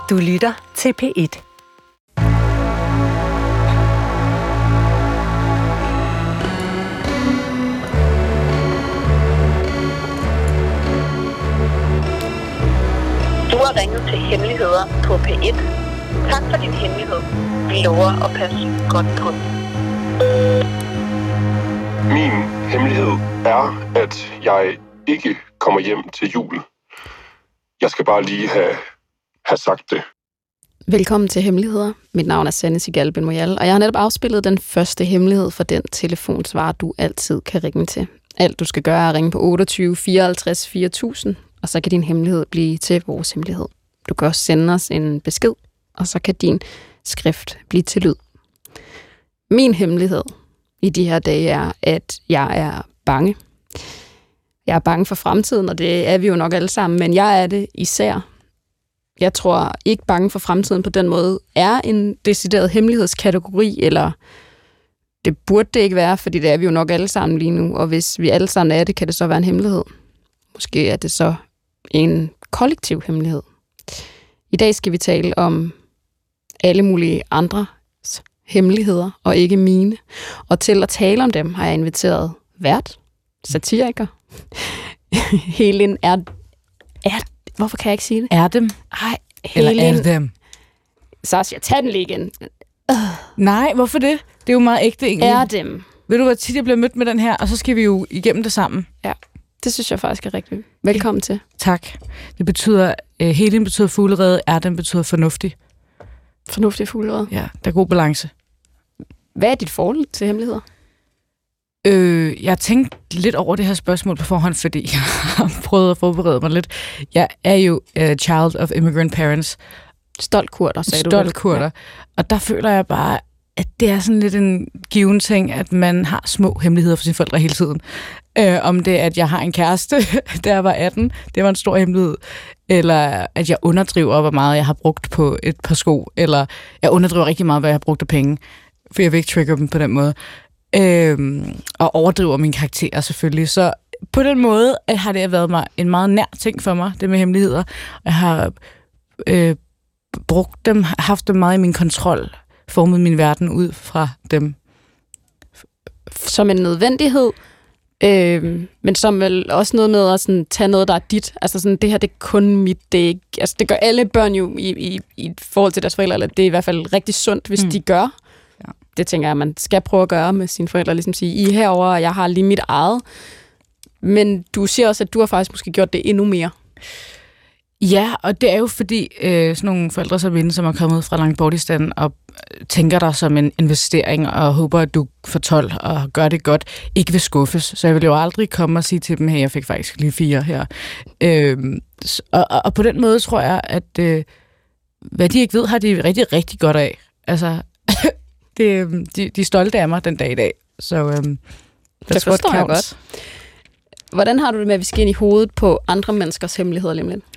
Du lytter til P1. Du har ringet til Hemmeligheder på P1. Tak for din hemmelighed. Vi lover at passe godt på den. Min hemmelighed er, at jeg ikke kommer hjem til jul. Jeg skal bare lige have sagt det. Velkommen til Hemmeligheder. Mit navn er Sanne Sigal Ben-Moyal, og jeg har netop afspillet den første hemmelighed for den telefonsvarer, du altid kan ringe til. Alt du skal gøre er at ringe på 28 54 4000, og så kan din hemmelighed blive til vores hemmelighed. Du kan også sende os en besked, og så kan din skrift blive til lyd. Min hemmelighed i de her dage er, at jeg er bange. Jeg er bange for fremtiden, og det er vi jo nok alle sammen, men jeg er det især. Jeg tror ikke bange for fremtiden på den måde er en decideret hemmelighedskategori, eller det burde det ikke være, fordi det er vi jo nok alle sammen lige nu, og hvis vi alle sammen er det, kan det så være en hemmelighed. Måske er det så en kollektiv hemmelighed. I dag skal vi tale om alle mulige andres hemmeligheder, og ikke mine. Og til at tale om dem har jeg inviteret vært, satiriker, Helen hvorfor kan jeg ikke sige det? Er dem? Ej, Eller Helen. er det dem? Sascha, tag den lige igen. Nej, hvorfor det? Det er jo meget ægte egentlig. Er dem. Ved du, hvor tit jeg bliver mødt med den her, og så skal vi jo igennem det sammen. Ja, det synes jeg faktisk er rigtigt. Velkommen til. Tak. Det betyder, Helen betyder fuglerede, er dem betyder fornuftig. Fornuftig fuglerede. Ja, der er god balance. Hvad er dit forhold til hemmeligheder? Jeg har tænkt lidt over det her spørgsmål på forhånd, fordi jeg har prøvet at forberede mig lidt. Jeg er jo child of immigrant parents. Stolt kurder, sagde du. Stolt kurder. Ja. Og der føler jeg bare, at det er sådan lidt en given ting, at man har små hemmeligheder for sine forældre hele tiden. Om det, at jeg har en kæreste, da jeg var 18, det var en stor hemmelighed. Eller at jeg underdriver, hvor meget jeg har brugt på et par sko. Eller jeg underdriver rigtig meget, hvad jeg har brugt af penge. For jeg vil ikke trigger dem på den måde. Og overdriver mine karakterer selvfølgelig. Så på den måde har det været en meget nær ting for mig, det med hemmeligheder. Jeg har brugt dem, haft dem meget i min kontrol, formet min verden ud fra dem. Som en nødvendighed, men som vel også noget med at sådan, tage noget, der er dit. Altså sådan, det her, det er kun mit, det er ikke, altså det gør alle børn jo i forhold til deres forældre, eller det er i hvert fald rigtig sundt, hvis de gør. Ja. Det tænker jeg, man skal prøve at gøre med sine forældre, ligesom sige, I er herovre, og jeg har lige mit eget. Men du siger også, at du har faktisk måske gjort det endnu mere. Ja, og det er jo fordi sådan nogle forældre som mine, som er kommet fra Langbordistan og tænker dig som en investering og håber, at du får 12 og gør det godt, ikke vil skuffes. Så jeg vil jo aldrig komme og sige til dem, hey, jeg fik faktisk lige 4 her. Og på den måde tror jeg, at hvad de ikke ved, har de rigtig, rigtig godt af. Altså, de er stolte af mig den dag i dag. Så det forstår jeg godt. Hvordan har du det med, at vi skal ind i hovedet på andre menneskers hemmeligheder lige om lidt?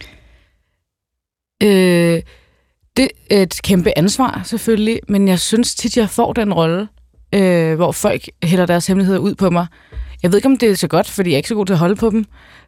Det er et kæmpe ansvar, selvfølgelig, men jeg synes tit, jeg får den rolle, hvor folk hælder deres hemmeligheder ud på mig. Jeg ved ikke, om det er så godt, fordi jeg er ikke så god til at holde på dem.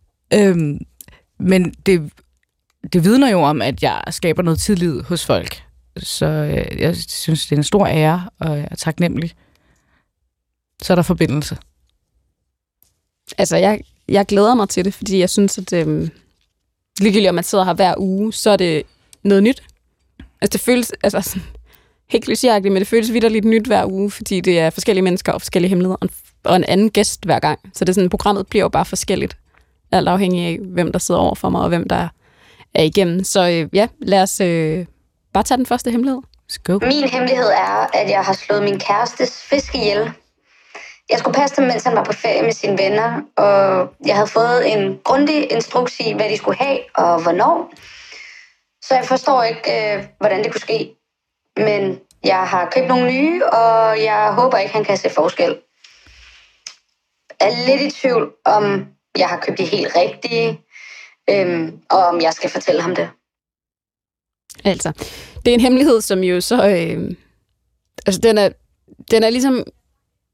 Men det vidner jo om, at jeg skaber noget tillid hos folk. Så jeg synes, det er en stor ære, og jeg er taknemmelig. Så er der forbindelse. Altså, jeg glæder mig til det, fordi jeg synes, at ligegyldigt om man sidder her hver uge, så er det noget nyt. Altså, det føles sådan, helt klichéagtigt, men det føles vitterligt nyt hver uge, fordi det er forskellige mennesker og forskellige hemmeligheder, og en anden gæst hver gang. Så det er sådan, programmet bliver jo bare forskelligt, alt afhængig af, hvem der sidder over for mig, og hvem der er igennem. Så ja, lad os bare tage den første hemmelighed. Min hemmelighed er, at jeg har slået min kærestes fisk ihjel. Jeg skulle passe dem, mens han var på ferie med sine venner, og jeg havde fået en grundig instruks i, hvad de skulle have og hvornår. Så jeg forstår ikke, hvordan det kunne ske. Men jeg har købt nogle nye, og jeg håber ikke, han kan se forskel. Jeg er lidt i tvivl, om jeg har købt de helt rigtige, og om jeg skal fortælle ham det. Altså, det er en hemmelighed, som jo så... altså, den er ligesom...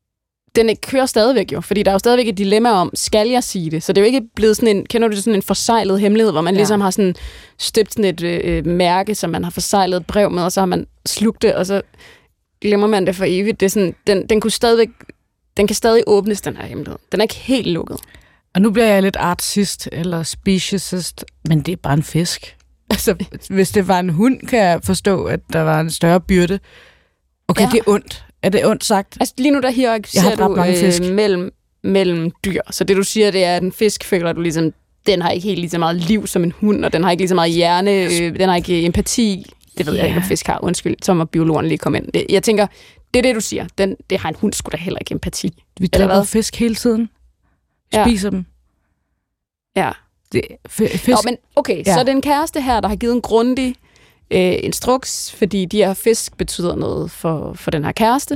den kører stadigvæk jo, fordi der er jo stadigvæk et dilemma om, skal jeg sige det? Så det er jo ikke blevet sådan en, kender du det, sådan en forseglet hemmelighed, hvor man ligesom har sådan støbt sådan et mærke, som man har forseglet et brev med, og så har man slugt det, og så glemmer man det for evigt. Det er sådan, den kan stadig åbnes, den her hemmelighed. Den er ikke helt lukket. Og nu bliver jeg lidt artsist eller speciesist, men det er bare en fisk. Altså, hvis det var en hund, kan jeg forstå, at der var en større byrde. Okay, det er ondt. Er det ondt sagt? Altså lige nu der hierarkiserer du mellem dyr. Så det du siger, det er, at en fisk føler du ligesom, den har ikke helt lige så meget liv som en hund, og den har ikke lige så meget hjerne, den har ikke empati. Det ved jeg ikke, om fisk har. Undskyld, så må biologerne lige komme ind. Jeg tænker, det er det, du siger. Det har en hund sgu da heller ikke empati. Vi dræber fisk hele tiden. Spiser dem. Ja. Fisk. Nå, men okay, så er det en kæreste her, der har givet en grundig instruks, fordi de her fisk betyder noget for den her kæreste.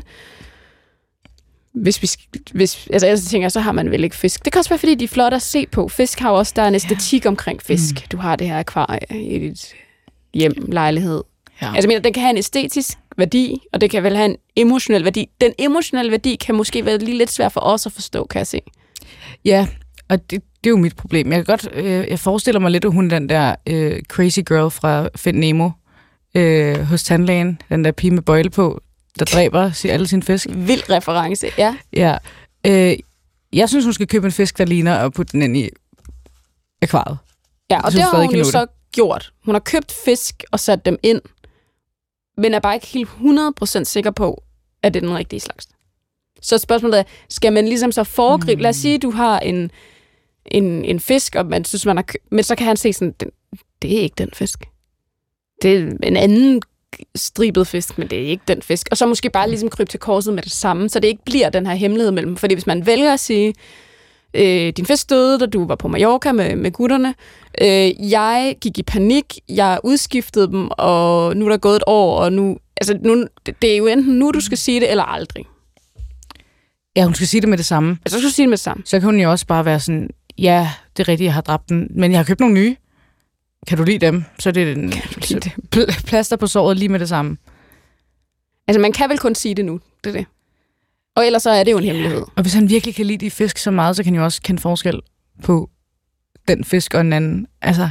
Ellers tænker jeg, så har man vel ikke fisk. Det kan også være, fordi de er flotte at se på. Fisk har også, der er en æstetik omkring fisk. Du har det her akvarie i dit hjem, lejlighed. Ja. Altså, jeg mener, den kan have en æstetisk værdi, og det kan vel have en emotionel værdi. Den emotionelle værdi kan måske være lige lidt svært for os at forstå, kan jeg se. Ja, og det er jo mit problem. Jeg forestiller mig lidt, at hun den der crazy girl fra Find Nemo hos tandlægen, den der pige med bøjle på, der dræber alle sine fisk. Vild reference, ja. Ja. Jeg synes, hun skal købe en fisk, der ligner, og putte den ind i akvariet. Ja, og det har hun jo så gjort. Hun har købt fisk og sat dem ind, men er bare ikke helt 100% sikker på, at det er den rigtige slags. Så spørgsmålet er, skal man ligesom så foregribe? Lad os sige, at du har en fisk, og man synes, men så kan han se sådan, det er ikke den fisk. Det er en anden stribet fisk, men det er ikke den fisk. Og så måske bare ligesom krybe til korset med det samme, så det ikke bliver den her hemmelighed mellem. Fordi hvis man vælger at sige, din fisk døde, da du var på Mallorca med gutterne, jeg gik i panik, jeg udskiftede dem, og nu er der gået et år, og nu, det er jo enten nu, du skal sige det, eller aldrig. Ja, hun skal sige det med det samme. Altså, skal sige det med det samme. Så kan hun jo også bare være sådan, ja, det er rigtigt, jeg har dræbt den, men jeg har købt nogle nye. Kan du lide dem? Så er det plaster på såret lige med det samme. Altså, man kan vel kun sige det nu, det er det. Og ellers så er det jo en hemmelighed. Og hvis han virkelig kan lide de fisk så meget, så kan han jo også kende forskel på den fisk og en anden. Altså...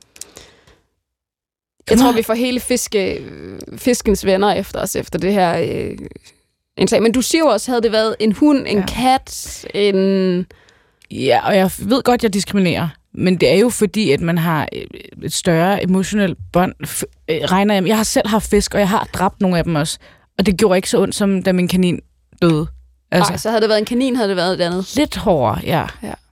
Jeg tror, vi får hele fiskens venner efter os, efter det her indtag. Men du siger jo også, havde det været en hund, en kat, en... Ja, og jeg ved godt, jeg diskriminerer. Men det er jo fordi, at man har et større emotionelt bånd. Regner jeg har selv haft fisk, og jeg har dræbt nogle af dem også. Og det gjorde ikke så ondt, som da min kanin døde. Altså, så havde det været en kanin, havde det været et andet. Lidt hårdere, ja.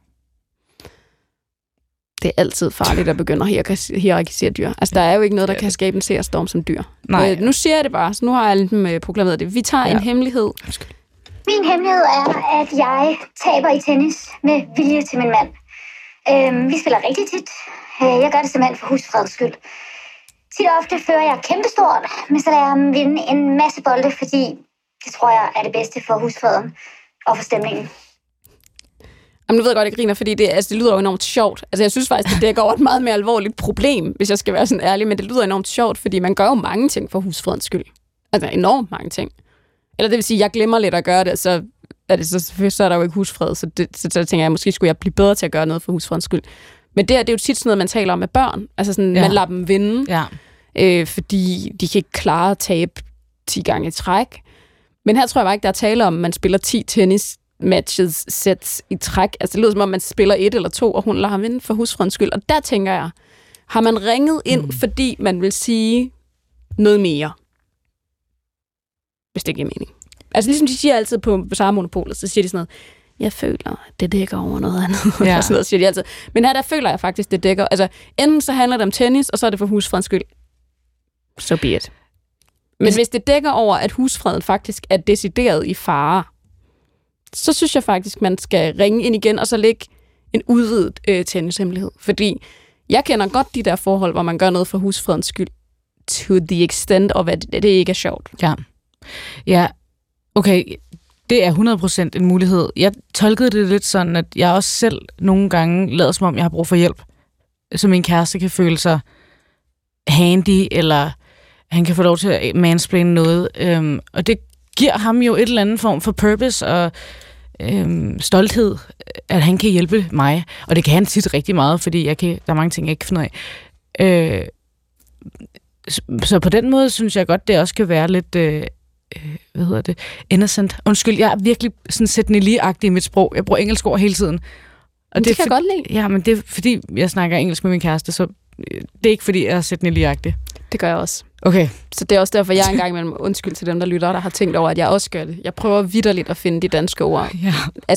Det er altid farligt at begynde at hierarkisere dyr. Altså, der er jo ikke noget, der kan skabe en seerstorm som dyr. Nej. Nu siger jeg det bare, så nu har jeg proklameret det. Vi tager en hemmelighed. Min hemmelighed er, at jeg taber i tennis med vilje til min mand. Vi spiller rigtig tit. Jeg gør det simpelthen for husfredens skyld. Tit og ofte fører jeg kæmpestort, men så lader jeg ham vinde en masse bolde, fordi det tror jeg er det bedste for husfreden og for stemningen. Jamen, nu ved jeg godt, jeg griner, fordi det lyder jo enormt sjovt. Altså, jeg synes faktisk, det dækker over et meget mere alvorligt problem, hvis jeg skal være sådan ærlig, men det lyder enormt sjovt, fordi man gør jo mange ting for husfredens skyld. Altså, enormt mange ting. Eller det vil sige, jeg glemmer lidt at gøre det, så er der jo ikke husfred, så tænker jeg, måske skulle jeg blive bedre til at gøre noget for husfredens skyld. Men det er jo tit sådan noget, man taler om med børn. Altså sådan, man lader dem vinde, fordi de kan ikke klare at tabe 10 gange i træk. Men her tror jeg bare ikke, der er tale om, at man spiller 10 tennis-matches sets i træk. Altså det lyder som om, man spiller 1 eller 2, og hun lader ham vinde for husfredens skyld. Og der tænker jeg, har man ringet ind, fordi man vil sige noget mere? Hvis det giver mening. Altså ligesom de siger altid på Monopolet, så siger de sådan noget, jeg føler, det dækker over noget andet. Ja. Og sådan noget, siger de altid. Men her der føler jeg faktisk, det dækker. Altså enten så handler det om tennis, og så er det for husfredens skyld. So be it. Men hvis det dækker over, at husfreden faktisk er decideret i fare, så synes jeg faktisk, man skal ringe ind igen, og så lægge en udvidet tennishemmelighed. Fordi jeg kender godt de der forhold, hvor man gør noget for husfredens skyld, to the extent of, at det ikke er sjovt. Ja, okay, det er 100% en mulighed. Jeg tolkede det lidt sådan, at jeg også selv nogle gange lader som om, jeg har brug for hjælp. Så min kæreste kan føle sig handy, eller han kan få lov til at mansplaine noget. Og det giver ham jo et eller andet form for purpose, og stolthed, at han kan hjælpe mig. Og det kan han tit rigtig meget, fordi der er mange ting, jeg ikke kan finde af. Så på den måde synes jeg godt, det også kan være lidt... innocent. Undskyld, jeg er virkelig sådan sættende lige-agtig i mit sprog. Jeg bruger engelsk ord hele tiden. Og det kan jeg godt lide. Ja, men det er fordi, jeg snakker engelsk med min kæreste, så det er ikke fordi, jeg er sættende lige-agtig. Det gør jeg også. Okay. Så det er også derfor, jeg engang imellem undskyld til dem, der lytter, der har tænkt over, at jeg også gør det. Jeg prøver vitterligt at finde de danske ord. Ja.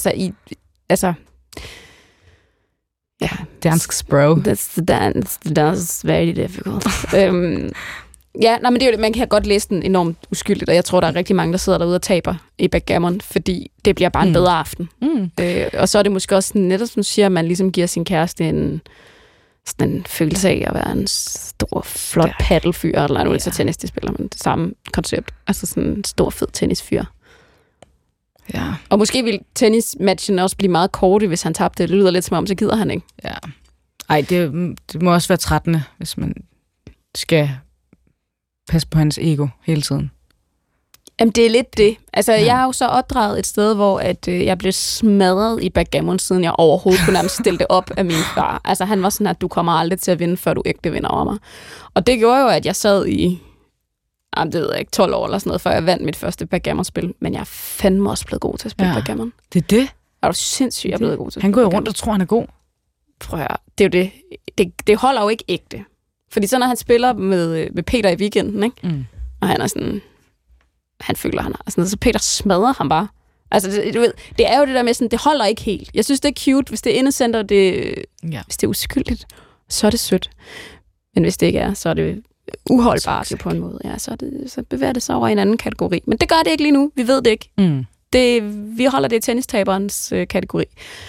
Ja. Dansk bro. That's very difficult. Men det er jo det, man kan godt læse den enormt uskyldigt, og jeg tror, der er rigtig mange, der sidder derude og taber i backgammon, fordi det bliver bare en bedre aften. Og så er det måske også netop, som du siger, at man ligesom giver sin kæreste en følelse af at være en stor, flot paddelfyr, eller noget, så tennis, de spiller man det samme koncept. Altså sådan en stor, fed tennisfyr. Ja. Og måske vil tennismatchen også blive meget korte, hvis han tabte. Det lyder lidt som om, så gider han ikke. Ja. Ej, det må også være 13. hvis man skal passe på hans ego hele tiden. Jamen, det er lidt det. Altså, jeg har jo så opdraget et sted, hvor at, jeg blev smadret i backgammon, siden jeg overhovedet kunne nærmest stille det op af min far. Altså, han var sådan, at du kommer aldrig til at vinde, før du ægte vinder over mig. Og det gjorde jo, at jeg sad i, det ved jeg ikke, 12 år eller sådan noget, før jeg vandt mit første backgammon-spil. Men jeg er fandme også blevet god til at spille backgammon. Det er det? Er du sindssygt, jeg er blevet god til at Han går jo rundt og tror, han er god. Prøv at høre. Det er jo det holder jo ikke ægte. Fordi så når han spiller med Peter i weekenden, ikke? Og han er sådan... Han føler, han har sådan, så Peter smadrer ham bare. Altså, du ved, det er jo det der med sådan, det holder ikke helt. Jeg synes, det er cute, hvis det er innocent, og hvis det er uskyldigt, så er det sødt. Men hvis det ikke er, så er det uholdbart på en måde. Ja, så bevæger det sig over i en anden kategori. Men det gør det ikke lige nu. Vi ved det ikke. Vi holder det i tennistaberens kategori.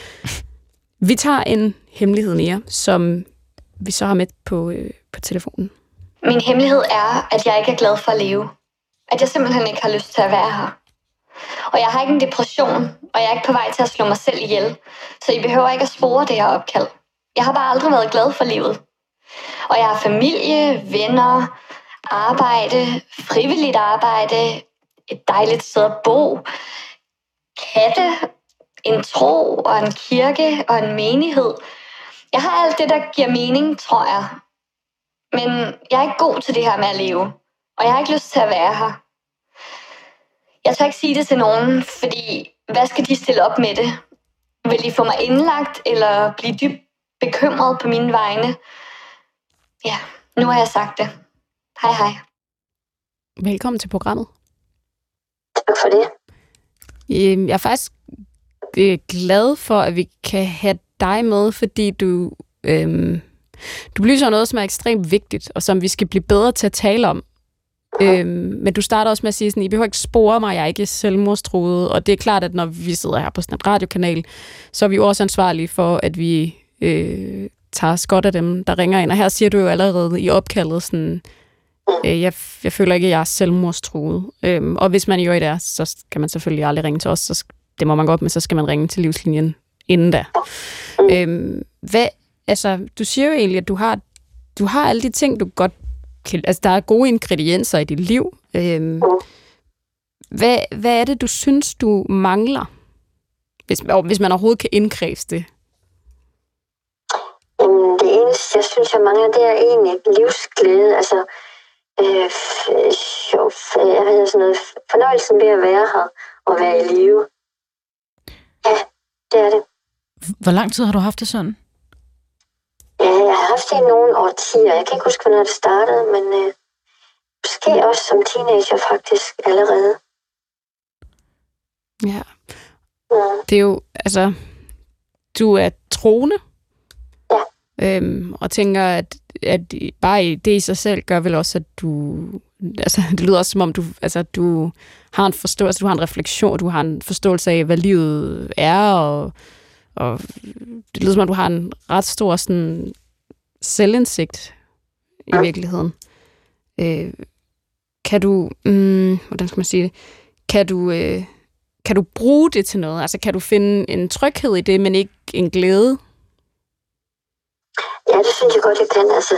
Vi tager en hemmelighed mere, som vi så har med på telefonen. Min hemmelighed er, at jeg ikke er glad for at leve. At jeg simpelthen ikke har lyst til at være her. Og jeg har ikke en depression, og jeg er ikke på vej til at slå mig selv ihjel. Så I behøver ikke at spore det her opkald. Jeg har bare aldrig været glad for livet. Og jeg har familie, venner, arbejde, frivilligt arbejde, et dejligt sted at bo, katte, en tro og en kirke og en menighed. Jeg har alt det, der giver mening, tror jeg. Men jeg er ikke god til det her med at leve. Og jeg har ikke lyst til at være her. Jeg tør ikke sige det til nogen, fordi hvad skal de stille op med det? Vil de få mig indlagt, eller blive dybt bekymret på mine vegne? Ja, nu har jeg sagt det. Hej hej. Velkommen til programmet. Tak for det. Jeg er faktisk glad for, at vi kan have dig med, fordi du belyser noget, som er ekstremt vigtigt, og som vi skal blive bedre til at tale om. Men du starter også med at sige sådan, I behøver ikke spore mig, jeg er ikke selvmordstruet, og det er klart, at når vi sidder her på sådan en radiokanal, så er vi jo også ansvarlige for, at vi tager os godt af dem, der ringer ind. Og her siger du jo allerede i opkaldet sådan, jeg føler ikke, at jeg er selvmordstruet. Og hvis man jo i det, så skal man selvfølgelig aldrig ringe til os, så det må man godt, men så skal man ringe til Livslinjen inden da. Du siger jo egentlig, at du har alle de ting, du godt. Altså, der er gode ingredienser i dit liv. Hvad er det, du synes, du mangler? Hvis man overhovedet kan indkredse det. Det eneste, jeg synes, jeg mangler, det er egentlig livsglæde. Altså, fornøjelsen ved at være her og være i live. Ja, det er det. Hvor lang tid har du haft det sådan? Ja, jeg har haft det i nogle årtier. Jeg kan ikke huske, hvornår det startede, men måske også som teenager faktisk allerede. Ja. Det er jo, altså, du er troende. Ja. Og tænker, at bare det i sig selv gør vel også, at du, altså, det lyder også som om, du har en forståelse, du har en refleksion, du har en forståelse af, hvad livet er, og det lyder som om, du har en ret stor sådan, selvindsigt i virkeligheden. Kan du, hvordan skal man sige det, kan du bruge det til noget? Altså, kan du finde en tryghed i det, men ikke en glæde? Ja, det synes jeg godt, jeg kan. Altså,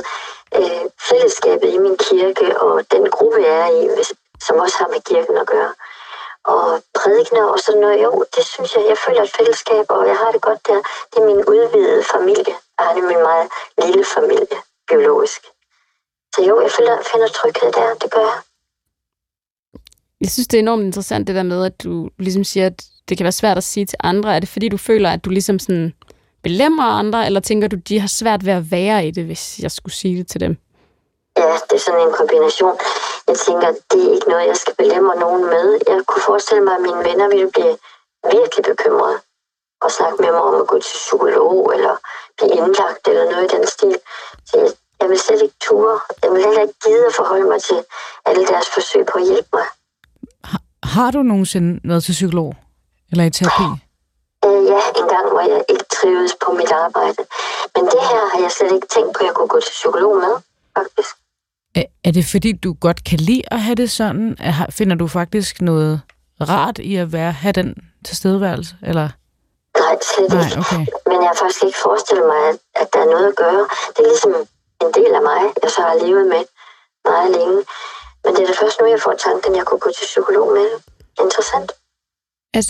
fællesskabet i min kirke og den gruppe, jeg er i, som også har med kirken at gøre. og prædikener og sådan noget. Jo, det synes jeg. Jeg føler et fællesskab, og jeg har det godt der. Det er min udvidede familie. Jeg har nemlig en meget lille familie, biologisk. Så jo, jeg finder tryghed der. Det gør jeg. Jeg synes, det er enormt interessant det der med, at du ligesom siger, at det kan være svært at sige til andre. Er det fordi, du føler, at du ligesom sådan belemmer andre, eller tænker du, de har svært ved at være i det, hvis jeg skulle sige det til dem? Ja, det er sådan en kombination. Jeg tænker, det er ikke noget, jeg skal belemre nogen med. Jeg kunne forestille mig, at mine venner ville blive virkelig bekymrede og snakke med mig om at gå til psykolog eller blive indlagt eller noget i den stil. Så jeg vil slet ikke ture. Jeg vil heller ikke gide at forholde mig til alle deres forsøg på at hjælpe mig. Har du nogensinde været til psykolog eller i terapi? Ja, en gang, hvor jeg ikke trivedes på mit arbejde. Men det her har jeg slet ikke tænkt på, at jeg kunne gå til psykolog med, faktisk. Er det fordi, du godt kan lide at have det sådan? Finder du faktisk noget rart i at have den tilstedeværelse? Eller? Nej, slet ikke. Okay. Men jeg har faktisk ikke forestillet mig, at der er noget at gøre. Det er ligesom en del af mig, jeg så har levet med meget længe. Men det er da først nu, jeg får tanken, at jeg kunne gå til psykolog med. Interessant. Altså,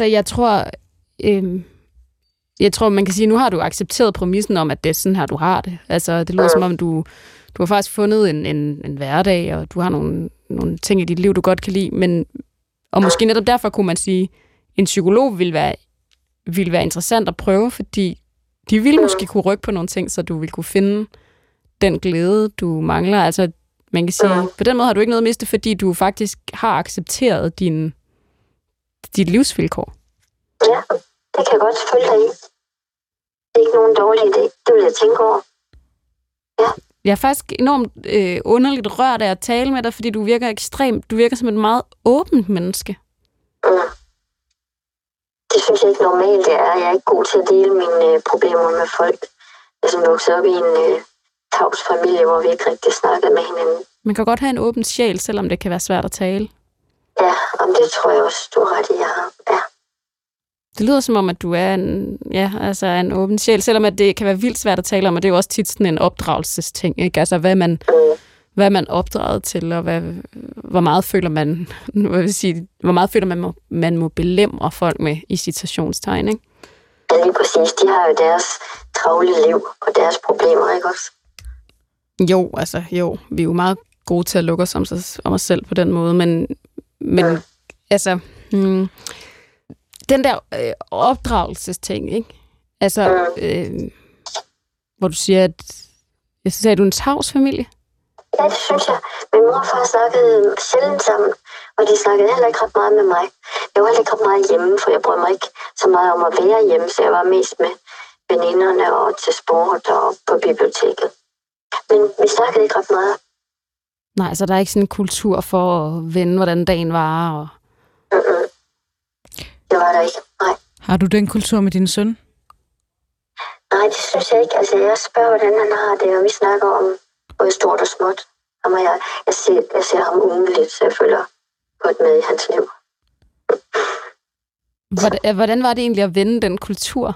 jeg tror, man kan sige, nu har du accepteret præmissen om, at det er sådan her, du har det. Altså, det lyder som om, du har faktisk fundet en hverdag, og du har nogle ting i dit liv, du godt kan lide. Og måske netop derfor kunne man sige, en psykolog ville være interessant at prøve, fordi de ville måske kunne rykke på nogle ting, så du ville kunne finde den glæde, du mangler. Altså, man kan sige, på den måde har du ikke noget at miste, fordi du faktisk har accepteret dit livsvilkår. Ja, det kan jeg godt følge dig i. Det er ikke nogen dårlig idé. Det vil jeg tænke over. Ja. Jeg er faktisk enormt underligt rørt af at tale med dig, fordi du virker som et meget åbent menneske. Det synes jeg ikke normalt, det er. Jeg er ikke god til at dele mine problemer med folk. Jeg er vokset op i en tavs familie, hvor vi ikke rigtig snakkede med hinanden. Man kan godt have en åben sjæl, selvom det kan være svært at tale. Ja, og det tror jeg også, du har ret i, jeg har. Ja. Det lyder som om, at du er en åben sjæl, selvom at det kan være vildt svært at tale om, og det er jo også tit sådan en opdragelsesting, ikke? Altså, hvad er man opdraget til, og hvor meget føler man, man må belemre folk med i citationstegn, ikke? Ja, lige præcis. De har jo deres travle liv og deres problemer, ikke også? Jo, vi er jo meget gode til at lukke os om os selv på den måde, men den der opdragelsesting, ikke? Altså, hvor du siger, at jeg synes, at du er en tavs familie. Ja, det synes jeg. Min mor og far snakkede sjældent sammen, og de snakkede heller ikke ret meget med mig. Jeg var heller ikke ret meget hjemme, for jeg brød mig ikke så meget om at være hjemme, så jeg var mest med veninderne og til sport og på biblioteket. Men vi snakkede ikke ret meget. Nej, så der er ikke sådan en kultur for at vende, hvordan dagen var? Og... Det var der ikke, nej. Har du den kultur med din søn? Nej, det synes jeg ikke. Altså, jeg spørger, hvordan han har det, og vi snakker om både stort og småt. Jeg ser ham ugentligt, så jeg følger godt med i hans liv. Hvordan var det egentlig at vende den kultur?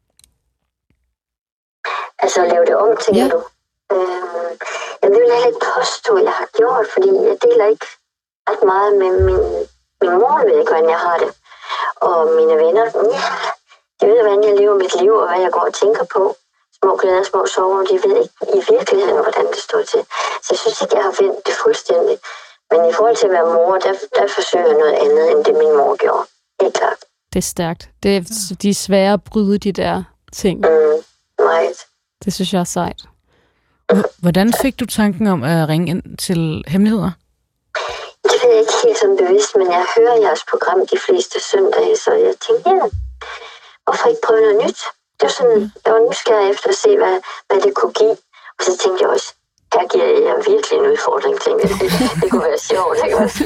Altså at lave det om, tænker du? Jeg vil heller ikke påstå, at jeg har gjort, fordi jeg deler ikke ret meget med min mor, ved ikke, hvordan jeg har det. Og mine venner, de ved, hvordan jeg lever mit liv, og hvad jeg går og tænker på. Små glæder, små sorger, de ved ikke i virkeligheden, hvordan det står til. Så jeg synes ikke, jeg har vendt det fuldstændig. Men i forhold til at være mor, der forsøger jeg noget andet, end det min mor gjorde. Helt klart. Det er stærkt. De er svære at bryde de der ting. Right. Det synes jeg er sejt. Hvordan fik du tanken om at ringe ind til Hemmeligheder? Det ved jeg ikke helt som bevidst, men jeg hører jeres program de fleste søndage, så jeg tænkte, hvorfor ikke prøve noget nyt? Det var sådan, jeg var nysgerrig efter at se, hvad det kunne give. Og så tænkte jeg også, her giver jeg virkelig en udfordring, tænkte jeg. Det kunne være sjovt, ikke også?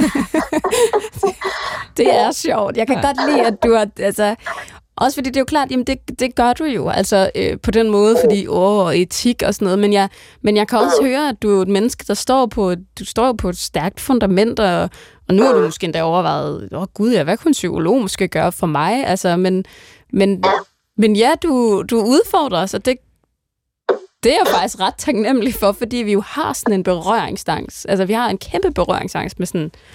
Det er sjovt. Jeg kan godt lide, at du har... Altså, også fordi det er jo klart, jamen det gør du jo, altså på den måde, fordi etik og sådan noget, men jeg kan også høre, at du er et menneske, der står på et stærkt fundament, og nu har du måske endda overvejet, hvad kunne en psykolog måske gøre for mig, altså, men ja, du udfordrer os, og det er jeg faktisk ret taknemmelig for, fordi vi jo har sådan en berøringsangst, altså vi har en kæmpe berøringsangst med sådan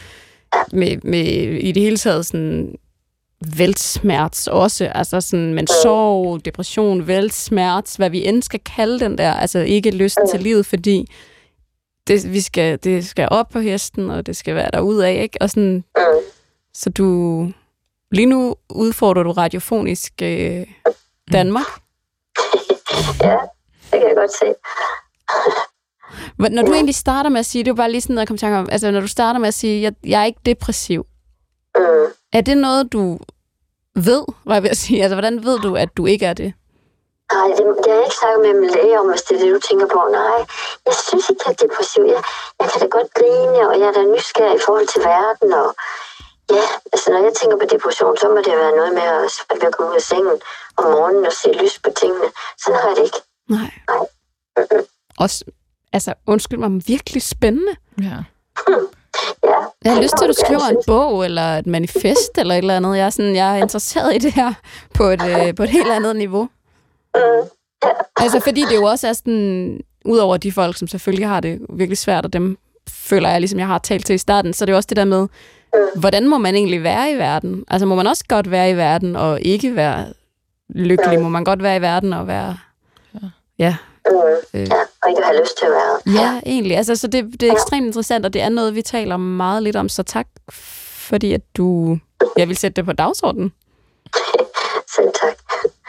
med i det hele taget sådan væltsmerts også, altså sådan, men sorg, depression, væltsmerts, hvad vi end skal kalde den der, altså ikke lysten til livet, fordi det skal op på hesten, og det skal være derudad, ikke? Og sådan, så lige nu udfordrer du radiofonisk Danmark. Ja, det kan jeg godt se. Når du egentlig starter med at sige, det er jo bare lige sådan noget, jeg kom til at tænke om, altså når du starter med at sige, jeg er ikke depressiv, er det noget, du ved, hvad jeg vil sige? Altså, hvordan ved du, at du ikke er det? Nej, det har jeg ikke sagt med min læge om, hvis det er det, du tænker på. Nej, jeg synes ikke, jeg er depressiv. Jeg kan da godt grine, og jeg er da nysgerrig i forhold til verden. Og ja, altså når jeg tænker på depression, så må det være noget med at komme ud af sengen om morgenen og se lys på tingene. Sådan har jeg det ikke. Nej. Også, altså, undskyld mig, virkelig spændende. Ja. Ja. Jeg har lyst til, at du skriver en bog, eller et manifest, eller et eller andet. Jeg er interesseret i det her på et helt andet niveau. Altså, fordi det jo også er sådan, udover de folk, som selvfølgelig har det virkelig svært, og dem føler jeg, ligesom jeg har talt til i starten, så det er jo også det der med, hvordan må man egentlig være i verden? Altså, må man også godt være i verden, og ikke være lykkelig? Må man godt være i verden, og være... Ja. Og ikke have lyst til at være. Ja, egentlig. Altså, så det er ekstremt interessant, og det er noget, vi taler meget lidt om, så tak, fordi at jeg vil sætte det på dagsordenen. Selv tak.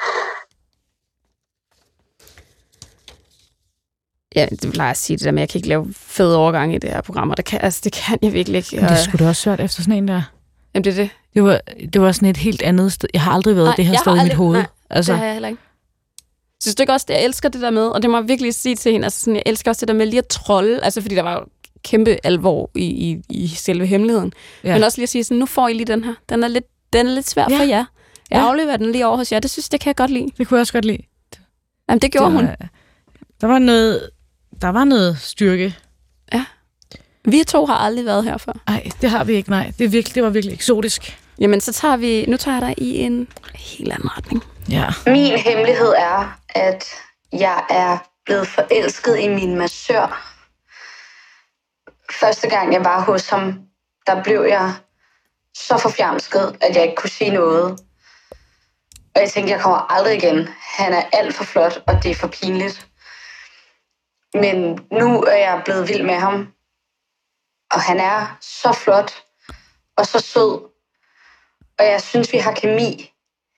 Ja, det plejer at sige det der, men jeg kan ikke lave fede overgange i det her program, og det kan jeg virkelig ikke. Men det skulle da også svært efter sådan en der. Jamen, det er det. Det var sådan et helt andet sted. Jeg har aldrig været det her sted i mit hoved. Nej, altså. Det har jeg heller ikke. Synes du ikke også, jeg elsker det der med, og det må jeg virkelig sige til hende, altså sådan, jeg elsker også det der med lige at trolde, altså fordi der var jo kæmpe alvor i selve hemmeligheden. Ja. Men også lige at sige sådan, nu får I lige den her. Den er lidt svær for jer. Jeg afleverer den lige over hos jer. Det kan jeg godt lide. Det kunne jeg også godt lide. Jamen, det gjorde hun. Der var noget styrke. Ja. Vi to har aldrig været her før. Nej, det har vi ikke, nej. Det var virkelig eksotisk. Jamen, nu tager jeg dig i en helt anden retning. Ja. Min hemmelighed er, at jeg er blevet forelsket i min massør. Første gang jeg var hos ham, der blev jeg så forfjamsket, at jeg ikke kunne sige noget. Og jeg tænkte, jeg kommer aldrig igen. Han er alt for flot, og det er for pinligt. Men nu er jeg blevet vild med ham. Og han er så flot og så sød. Og jeg synes, vi har kemi.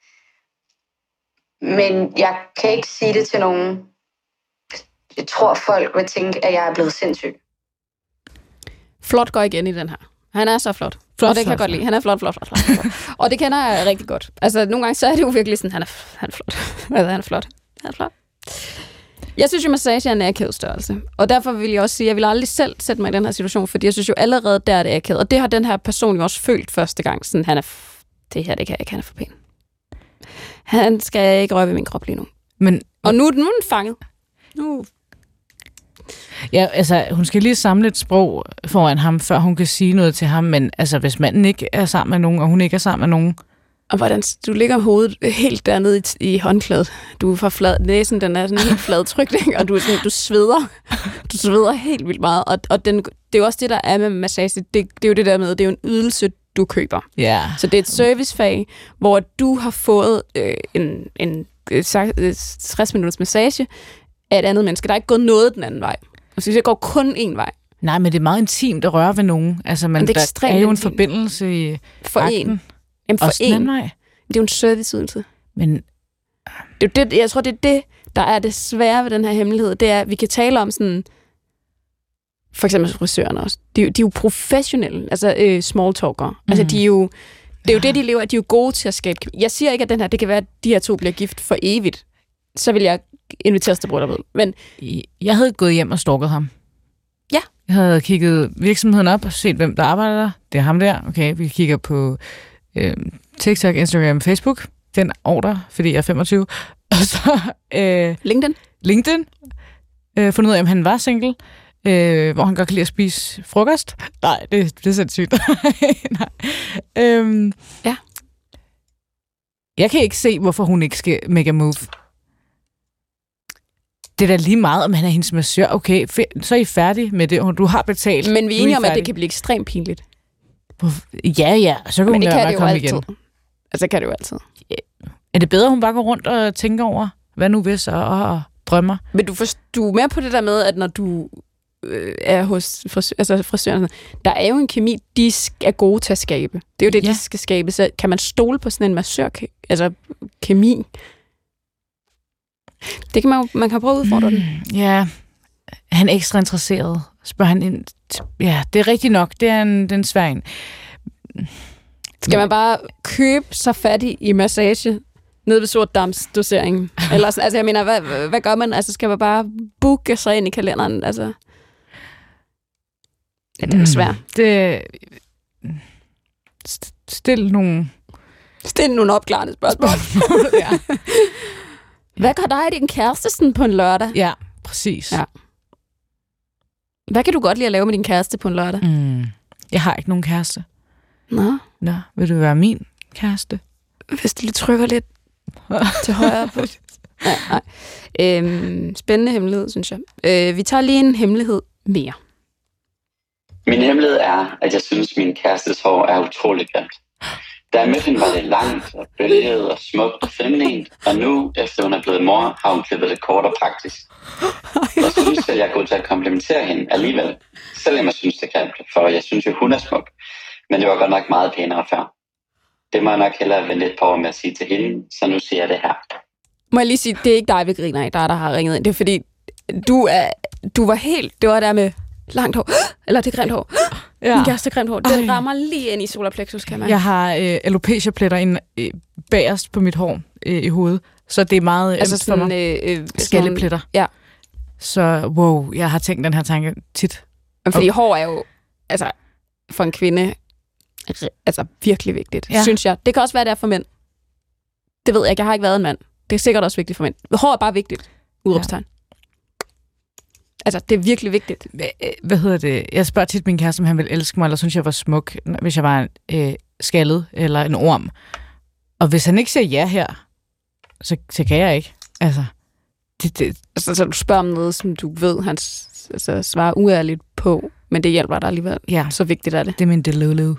Men jeg kan ikke sige det til nogen. Jeg tror, folk vil tænke, at jeg er blevet sindssyg. Flot går igen i den her. Han er så flot. Og det kan jeg godt lide. Han er flot. Og det kender jeg rigtig godt. Altså, nogle gange så er det jo virkelig sådan, han er flot. Altså, han er flot. Jeg synes jo, massage er en akavet størrelse. Og derfor vil jeg også sige, at jeg vil aldrig selv sætte mig i den her situation, fordi jeg synes jo allerede, der er det akavet. Og det har den her person jo også følt første gang. Sådan, det her, det kan jeg ikke, han er for pæn. Han skal ikke røre ved min krop lige nu. Og nu er den fanget. Nu. Ja, altså, hun skal lige samle et sprog foran ham, før hun kan sige noget til ham. Men altså, hvis manden ikke er sammen med nogen, og hun ikke er sammen med nogen. Og hvordan du ligger hovedet helt dernede i håndklædet. Du er for flad. Næsen, den er sådan helt fladtrykt, og du sveder. Du sveder helt vildt meget. Og det er jo også det, der er med massage. Det er jo det der med, det er jo en ydelse, du køber. Yeah. Så det er et servicefag, hvor du har fået en 60 minutters massage af et andet menneske. Der er ikke gået noget den anden vej. Altså, det går kun én vej. Nej, men det er meget intimt at røre ved nogen. Altså, der er jo en forbindelse i for akten. Også den anden vej. Det er jo en serviceydelse. Men det er det, jeg tror, det er det, der er det svære ved den her hemmelighed. Det er, at vi kan tale om sådan, for eksempel frisørerne også. De er jo professionelle, altså small talkere. Altså, det er jo det, de lever af. De er jo gode til at skabe. Jeg siger ikke, at det kan være, at de her to bliver gift for evigt. Så vil jeg inviteres til brylluppet. Men jeg havde gået hjem og stalket ham. Ja. Jeg havde kigget virksomheden op og set, hvem der arbejder der. Det er ham der. Okay, vi kigger på TikTok, Instagram, Facebook. Den ordre, fordi jeg er 25. Og så LinkedIn. Fundet ud af, om han var single. Hvor han godt kan lide at spise frokost. Nej, det er sindssygt. Nej. Ja. Jeg kan ikke se, hvorfor hun ikke skal make a move. Det er da lige meget, om han er hendes massør. Okay, så er I færdige med det, og du har betalt. Men vi er enige om, at det kan blive ekstremt pinligt. Ja, så kan hun lade være at komme igen. Altså, det kan det jo altid. Er det bedre, at hun bare går rundt og tænker over, hvad nu hvis, og drømmer? Men du er med på det der med, at når du er hos frisøren, der er jo en kemi, de er gode til at skabe. Det er jo det, de skal skabe. Så kan man stole på sådan en massør, altså kemi? Det kan man kan prøve at udfordre den. Ja, han er ekstra interesseret. Spørger han ind. Ja, det er rigtigt nok. Det er en svær en. Skal man bare købe sig fattig i massage nede ved sortdamsdoseringen? Eller sådan, altså jeg mener, hvad gør man? Altså skal man bare booke sig ind i kalenderen? Altså, ja, det er svært. Stil nogle opklarende spørgsmål. Ja. Hvad gør dig og din kæreste sådan på en lørdag? Ja, præcis. Ja. Hvad kan du godt lide at lave med din kæreste på en lørdag? Jeg har ikke nogen kæreste. Nå, vil du være min kæreste? Hvis du lige trykker lidt til højre på. Nej. Spændende hemmelighed, synes jeg. Vi tager lige en hemmelighed mere. Min hemmelighed er, at jeg synes, min kærestes hår er utrolig grimt. Da jeg mødte hende, var det langt og bølget og smukt og feminint, og nu, efter hun er blevet mor, har hun klippet det kort og praktisk. Jeg synes, at jeg er god til at komplimentere hende alligevel, selvom jeg synes, det er grimt, for jeg synes jo, hun er smuk. Men det var godt nok meget pænere før. Det må jeg nok hellere vente lidt på med at sige til hende, så nu siger jeg det her. Må jeg lige sige, det er ikke dig, vi griner af, der har ringet ind. Det er fordi, du var helt, det var der med langt hår, eller det grimt hår. Ja. Min kæreste grimt hår. Den rammer lige ind i solar plexus, kan man. Jeg har alopecia-pletter bagerst på mit hår i hovedet, så det er meget altså sådan, skallepletter. Ja. Så wow, jeg har tænkt den her tanke tit. Fordi hår er jo, altså for en kvinde, altså virkelig vigtigt, synes jeg. Det kan også være, det er for mænd. Det ved jeg ikke, jeg har ikke været en mand. Det er sikkert også vigtigt for mænd. Hår er bare vigtigt. Udråbstegn. Ja. Altså, det er virkelig vigtigt. Hvad hedder det? Jeg spørger tit min kæreste, om han ville elske mig, eller synes jeg var smuk, hvis jeg var skaldet eller en orm. Og hvis han ikke siger ja her, så kan jeg ikke. Altså, så du spørger om noget, som du ved, han svarer uærligt på, men det hjælper dig alligevel. Ja. Så vigtigt er det. Det er min delulu.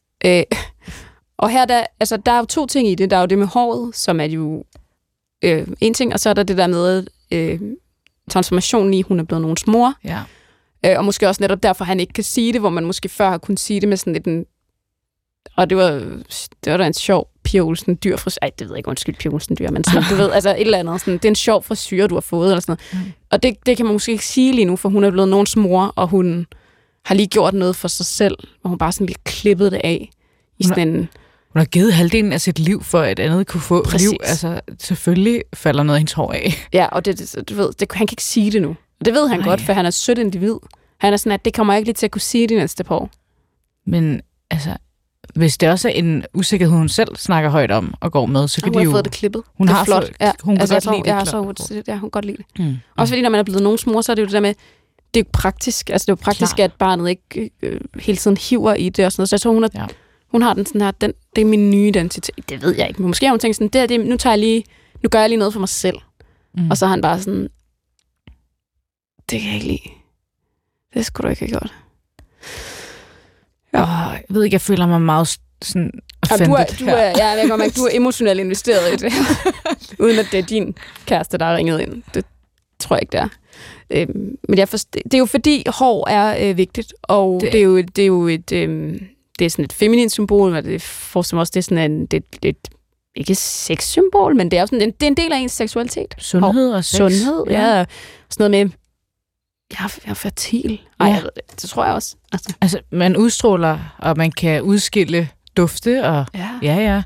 Og her, der er jo to ting i det. Der er jo det med håret, som er jo en ting, og så er der det der med transformationen i, hun er blevet nogens mor. Ja. Og måske også netop derfor, han ikke kan sige det, hvor man måske før har kunnet sige det med sådan lidt en... Og det var da en sjov Pia Olsen Dyr frisyr. Ej, det ved jeg ikke, undskyld Pia Olsen Dyr, men sådan, du ved, altså et eller andet. Sådan, det er en sjov frisyr, du har fået, eller sådan noget. Og det kan man måske ikke sige lige nu, for hun er blevet nogens mor, og hun har lige gjort noget for sig selv, hvor hun bare sådan lige klippet det af. I sådan en... Hun har givet halvdelen af sit liv, for at andet kunne få liv. Altså, selvfølgelig falder noget af hendes hår af. Ja, og du ved, han kan ikke sige det nu. Og det ved han godt, for han er et sødt individ. Han er sådan, at det kommer ikke lige til at kunne sige det næste par år. Men altså, hvis det også er en usikkerhed, hun selv snakker højt om og går med, så kan hun de jo... Hun har fået det klippet. Hun det er har flot. Hun kan godt lide det. Ja, hun kan godt lide det. Også fordi, når man er blevet nogens mor, så er det jo det der med, det er jo praktisk. Altså, det er jo praktisk, at barnet ikke hele tiden hiver i det og sådan noget. Så jeg tror, hun har den sådan her, det er min nye identitet. Det ved jeg ikke, men måske har hun tænkt sådan, nu gør jeg lige noget for mig selv. Og så har han bare sådan, det kan jeg ikke lide. Det skulle du ikke have gjort. Ja. Jeg ved ikke, jeg føler mig meget sådan offended. Du er emotionelt investeret i det her. Uden at det er din kæreste, der har ringet ind. Det tror jeg ikke, det er. Men det er jo fordi, hår er vigtigt, og det er jo et... det er sådan et feminint symbol, og det forestiller mig også, det er sådan et ikke sexsymbol, men det er jo sådan, det er en del af ens seksualitet. Sundhed og sex. Sundhed, ja. Sådan noget med, jeg er fertil. Ej, det tror jeg også. Altså, man udstråler, og man kan udskille dufte, og ja.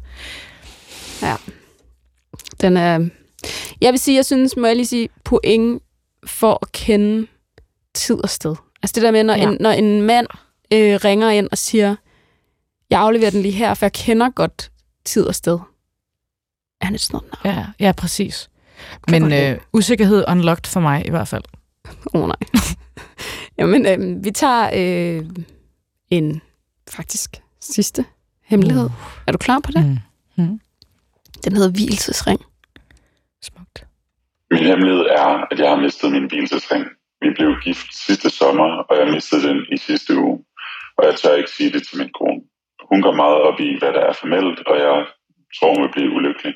Den er... Jeg vil sige, må jeg lige sige, point for at kende tid og sted. Altså det der med, når en mand ringer ind og siger, jeg afleverer den lige her, for jeg kender godt tid og sted. Er han et snart navn? Ja, præcis. Men usikkerhed unlocked for mig i hvert fald. Nej. Jamen, vi tager en faktisk sidste hemmelighed. Er du klar på det? Den hedder vielsesring. Smukt. Min hemmelighed er, at jeg har mistet min vielsesring. Vi blev gift sidste sommer, og jeg mistede den i sidste uge. Og jeg tør ikke sige det til min kone. Hun går meget op i, hvad der er formelt, og jeg tror, hun vil blive ulykkelig.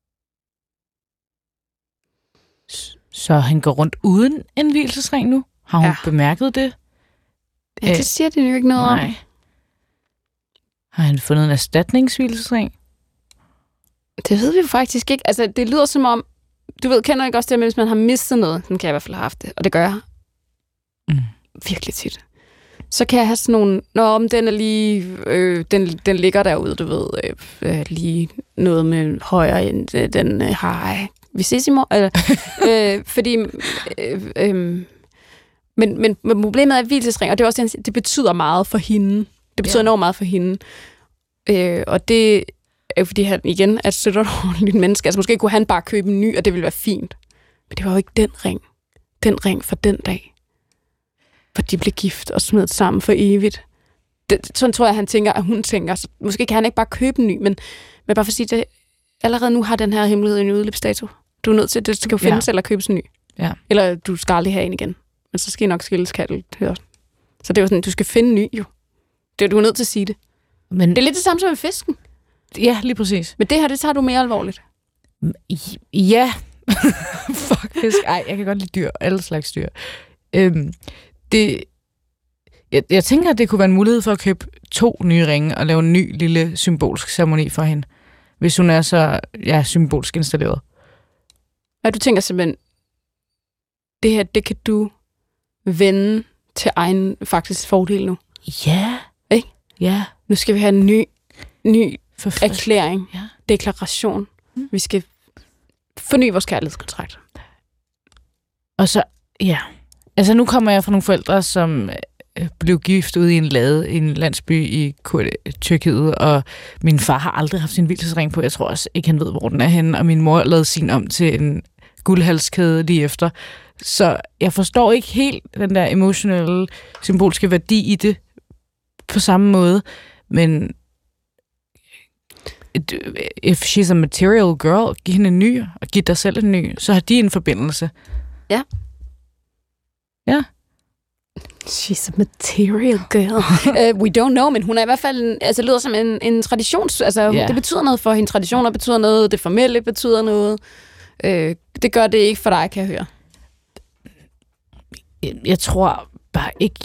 Så han går rundt uden en vielsesring nu? Har hun bemærket det? Ja, det siger det jo ikke noget om. Har han fundet en erstatningsvielsesring? Det ved vi jo faktisk ikke. Altså, det lyder som om, du ved, kender ikke også det, men hvis man har mistet noget, den kan jeg i hvert fald have haft det, og det gør jeg virkelig tit. Så kan jeg have sådan nogle, om den er lige, den ligger derude, du ved, lige noget med højere end den har vi ses i morgen. Fordi, men problemet er vielsesring, og det er også det betyder meget for hende. Det betyder enormt meget for hende. Og det er jo fordi han igen er et sødt og ordentligt menneske. Altså måske kunne han bare købe en ny, og det ville være fint. Men det var jo ikke den ring. Den ring for den dag. For de blev gift og smidt sammen for evigt. Sådan tror jeg, han tænker, at hun tænker. Så måske kan han ikke bare købe en ny, men bare for at sige, at allerede nu har den her hemmelighed en udløbsdato. Du er nødt til, det skal jo findes eller købes en ny. Ja. Eller du skal aldrig have en igen. Men så skal I nok skilles, kan det høre. Så det er jo sådan, du skal finde en ny jo. Du er nødt til at sige det. Men det er lidt det samme som med fisken. Ja, lige præcis. Men det her, det tager du mere alvorligt. Ja. Fuck fisk. Ej, jeg kan godt lide dyr. Alle slags dyr. Jeg tænker, at det kunne være en mulighed for at købe 2 nye ringe og lave en ny lille symbolsk ceremoni for hende. Hvis hun er så symbolsk installeret. Og du tænker simpelthen, det her, det kan du vende til egen faktisk fordel nu. Ja. Ikke? Ja. Nu skal vi have en ny erklæring, deklaration. Vi skal forny vores kærlighedskontrakt. Og så, altså nu kommer jeg fra nogle forældre, som blev gift ude i en lade i en landsby i Tyrkiet, og min far har aldrig haft sin vielsesring på. Jeg tror også ikke, han ved, hvor den er henne, og min mor lavede sin om til en guldhalskæde lige efter. Så jeg forstår ikke helt den der emotionelle, symbolske værdi i det på samme måde, men if she's a material girl, giv hende en ny, og giv dig selv en ny, så har de en forbindelse. Ja. Ja. She's a material girl. We don't know, men hun er i hvert fald, altså lyder som en traditions, altså det betyder noget for hende. Traditioner betyder noget, det formelle betyder noget. Det gør det ikke for dig, kan jeg høre. Jeg tror bare ikke,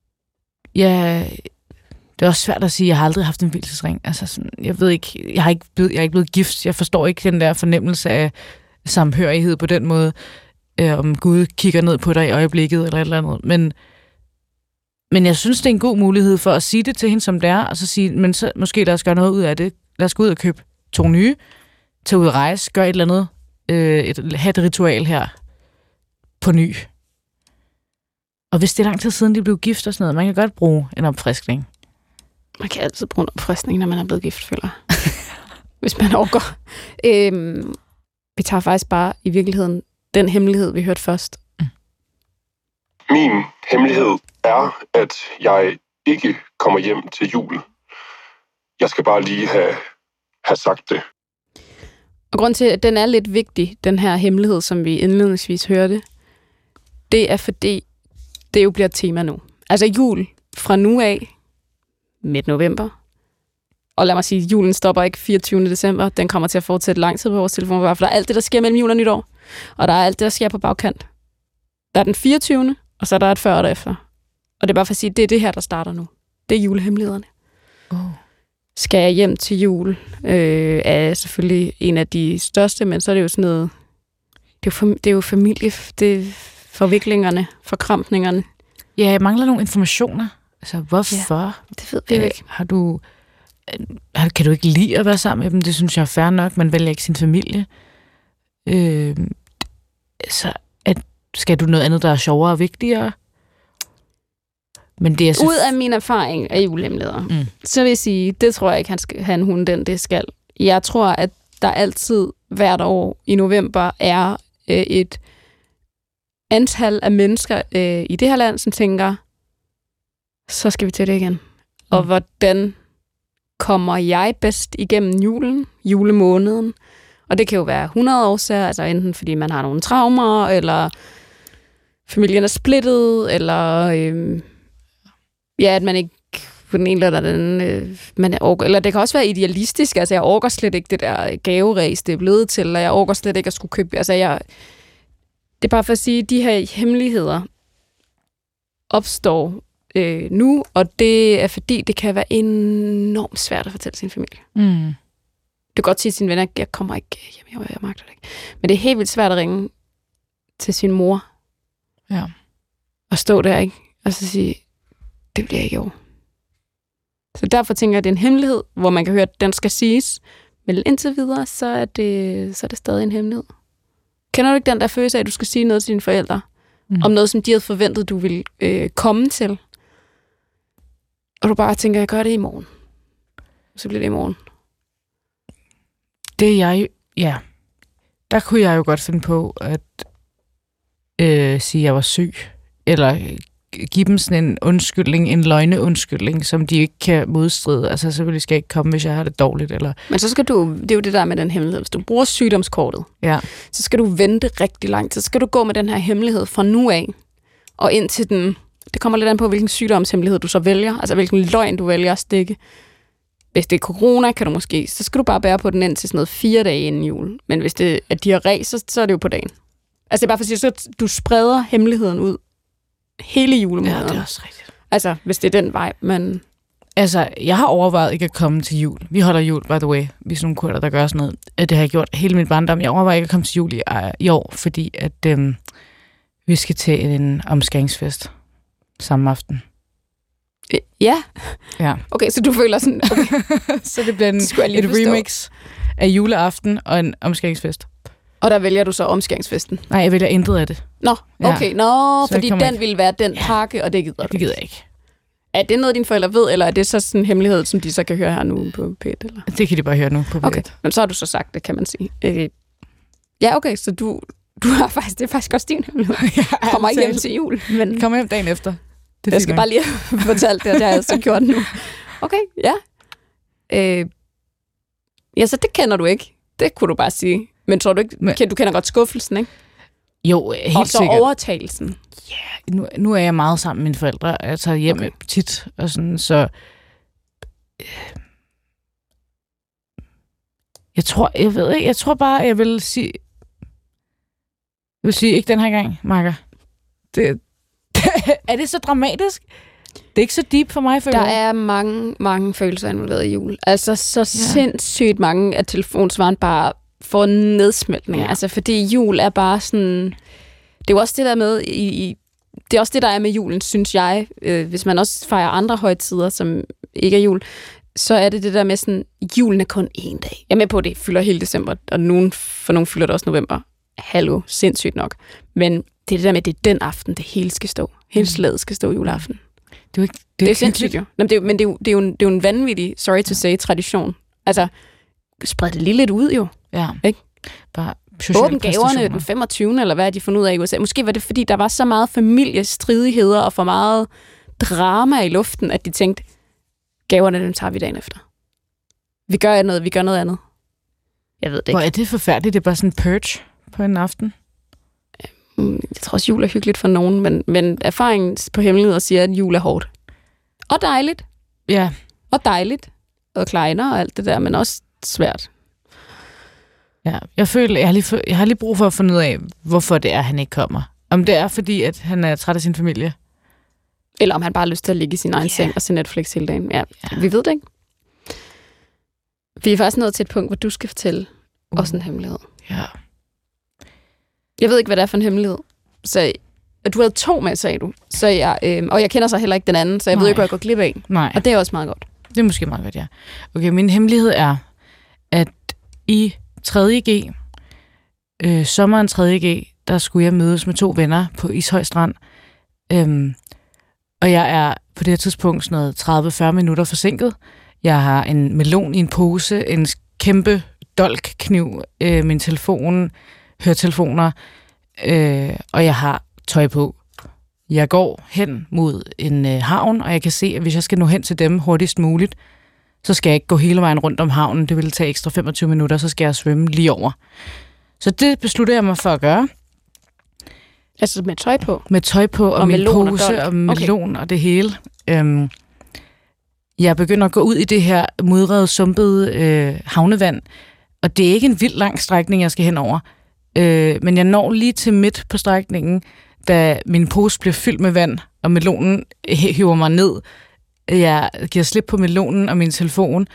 det er også svært at sige, jeg har aldrig haft en vielsesring. Altså sådan, jeg ved ikke, jeg er ikke blevet gift. Jeg forstår ikke den der fornemmelse af samhørighed på den måde, om Gud kigger ned på dig i øjeblikket eller et eller andet. Men jeg synes, det er en god mulighed for at sige det til hende, som det er, og så sige, men så måske lad os gøre noget ud af det. Lad os gå ud og købe 2 nye, tage ud og rejse, gøre et eller andet, have et ritual her på ny. Og hvis det er lang tid siden, de blev gift og sådan noget, man kan godt bruge en opfriskning. Man kan altid bruge en opfriskning, når man er blevet gift, føler jeg. Hvis man overgår. Vi tager faktisk bare i virkeligheden den hemmelighed, vi hørte først. Min hemmelighed er, at jeg ikke kommer hjem til jul. Jeg skal bare lige have sagt det. Og grund til, at den er lidt vigtig, den her hemmelighed, som vi indledningsvis hørte, det er fordi, det jo bliver et tema nu. Altså jul fra nu af, midt november. Og lad mig sige, julen stopper ikke 24. december. Den kommer til at fortsætte lang tid på vores telefon, for der er alt det, der sker mellem jul og nytår. Og der er alt det, der sker på bagkant. Der er den 24. og så er der et før og efter. Og det er bare for at sige, det er det her, der starter nu. Det er julehemmelighederne. Skal jeg hjem til jul? Er selvfølgelig en af de største, men så er det jo sådan noget... Det er jo familie, det er forviklingerne, forkrampningerne. Ja, jeg mangler nogle informationer. Altså, hvorfor? Ja, det ved vi ikke. Kan du ikke lide at være sammen med dem? Det synes jeg er fair nok. Man vælger ikke sin familie. Skal du noget andet, der er sjovere og vigtigere? Men det er ud af min erfaring af julehemmeligheder, så vil jeg sige, det tror jeg ikke, det skal. Jeg tror, at der altid hvert år i november er et antal af mennesker i det her land, som tænker, så skal vi til det igen. Og hvordan kommer jeg bedst igennem julemåneden? Og det kan jo være 100 årsager, altså enten fordi man har nogle traumer, eller familien er splittet, eller at man ikke på den ene eller den eller det kan også være idealistisk. Altså, jeg orker slet ikke det der gaveræs, det er blevet til, og jeg orker slet ikke at skulle købe. Altså, det er bare for at sige, at de her hemmeligheder opstår nu, og det er fordi, det kan være enormt svært at fortælle sin familie. Mm. Du kan godt sige til sine venner, jeg kommer ikke hjem, jeg magter det ikke. Men det er helt vildt svært at ringe til sin mor. Ja. Og stå der, ikke? Og så sige, det bliver ikke over. Så derfor tænker jeg, at det er en hemmelighed, hvor man kan høre, at den skal siges. Men indtil videre, så er det stadig en hemmelighed. Kender du ikke den der følelse af, at du skal sige noget til dine forældre? Om noget, som de havde forventet, du ville komme til? Og du bare tænker, jeg gør det i morgen. Så bliver det i morgen. Der kunne jeg jo godt finde på at sige, at jeg var syg. Eller give dem sådan en undskyldning, en løgneundskyldning, som de ikke kan modstride. Altså, selvfølgelig skal jeg ikke komme, hvis jeg har det dårligt. Eller... Men så skal du, det er jo det der med den hemmelighed, hvis du bruger sygdomskortet, så skal du vente rigtig langt. Så skal du gå med den her hemmelighed fra nu af, og ind til den, det kommer lidt an på, hvilken sygdomshemmelighed du så vælger, altså hvilken løgn du vælger at stikke. Hvis det er corona, kan du måske, så skal du bare bære på den ind til sådan noget 4 dage inden jul. Men hvis det er diarré, så er det jo på dagen. Altså det er bare for at sige, så du spreder hemmeligheden ud hele julemåneden. Ja, det er også rigtigt. Altså, hvis det er den vej, men... Altså, jeg har overvejet ikke at komme til jul. Vi holder jul, by the way. Vi er sådan nogle kurder, der gør sådan noget. Det har jeg gjort hele min barndom. Jeg overvejer ikke at komme til jul i år, fordi at vi skal til en omskæringsfest samme aften. Ja? Ja. Okay, så du føler sådan... Okay. Så det bliver et remix af juleaften og en omskæringsfest. Og der vælger du så omskæringsfesten? Nej, jeg vælger intet af det. Nå, okay. Ja. Nå, fordi den ikke. ville være den pakke, og det gider du. Det gider jeg ikke. Er det noget, dine forældre ved, eller er det så sådan en hemmelighed, som de så kan høre her nu på P1? Eller? Det kan de bare høre nu på P1. Okay, men så har du så sagt det, kan man sige. Ja, okay, så du har faktisk, det er faktisk også din hemmelighed. Jeg kommer ikke hjem til jul. Men... Kommer hjem dagen efter. Jeg skal bare lige have fortalt det, og det har jeg så gjort nu. Okay, ja. Ja, så det kender du ikke. Det kunne du bare sige. Men tror du ikke, du kender godt skuffelsen, ikke? Jo, helt sikkert. Og så overtagelsen. Ja, nu er jeg meget sammen med mine forældre. Jeg tager hjem tit, og sådan, så... Jeg tror bare, jeg vil sige... Jeg vil sige, ikke den her gang, Marker. Er det så dramatisk? Det er ikke så deep for mig, føler der er mange følelser involveret i jul. Altså, så sindssygt mange af telefonsvaren bare får nedsmeltning. Ja. Altså, fordi jul er bare sådan... Det er jo også det der med... det er også det, der er med julen, synes jeg. Hvis man også fejrer andre højtider, som ikke er jul, så er det der med sådan... Julen er kun én dag. Jeg er med på, det fylder hele december, og for nogen fylder det også november. Hallo, sindssygt nok. Men det er det der med, at det er den aften, det hele skal stå. Hele slaget skal stå juleaften. Det er sindssygt jo. Men det er jo en vanvittig, sorry to say, tradition. Altså, spred det lige lidt ud jo. Ja. Ikke? Bare åbne gaverne den 25. eller hvad de fundet ud af i USA. Måske var det, fordi der var så meget familiestridigheder og for meget drama i luften, at de tænkte, gaverne, dem tager vi dagen efter. Vi gør noget andet. Jeg ved det ikke. Hvor er det forfærdeligt? Det er bare sådan en purge på en aften. Jeg tror også, jul er hyggeligt for nogen, men erfaringen på hemmeligheder siger, at jul er hårdt. Og dejligt. Ja. Og dejligt. Og kleiner og alt det der, men også svært. Ja, jeg føler, jeg har lige brug for at finde ud af, hvorfor det er, han ikke kommer. Om det er, fordi at han er træt af sin familie. Eller om han bare har lyst til at ligge i sin egen seng og se Netflix hele dagen. Ja, vi ved det ikke. Vi er faktisk nået til et punkt, hvor du skal fortælle også en hemmelighed. Ja. Jeg ved ikke, hvad det er for en hemmelighed. Så du havde 2 med, sagde du. Så og jeg kender så heller ikke den anden, så jeg ved ikke, hvad jeg går glip af. Nej. Og det er også meget godt. Det er måske meget godt, ja. Okay, min hemmelighed er, at i 3.G, sommeren 3.G, der skulle jeg mødes med 2 venner på Ishøj Strand. Og jeg er på det her tidspunkt sådan noget 30-40 minutter forsinket. Jeg har en melon i en pose, en kæmpe dolkkniv, min telefon, høretelefoner, og jeg har tøj på. Jeg går hen mod en havn, og jeg kan se, at hvis jeg skal nå hen til dem hurtigst muligt, så skal jeg ikke gå hele vejen rundt om havnen. Det vil tage ekstra 25 minutter, så skal jeg svømme lige over. Så det beslutter jeg mig for at gøre. Altså med tøj på? Med tøj på, og min pose, og melon og det hele. jeg begynder at gå ud i det her mudrede, sumpede havnevand, og det er ikke en vild lang strækning, jeg skal hen over. Men jeg når lige til midt på strækningen, da min pose bliver fyldt med vand, og melonen hiver mig ned. Jeg giver slip på melonen og min telefon,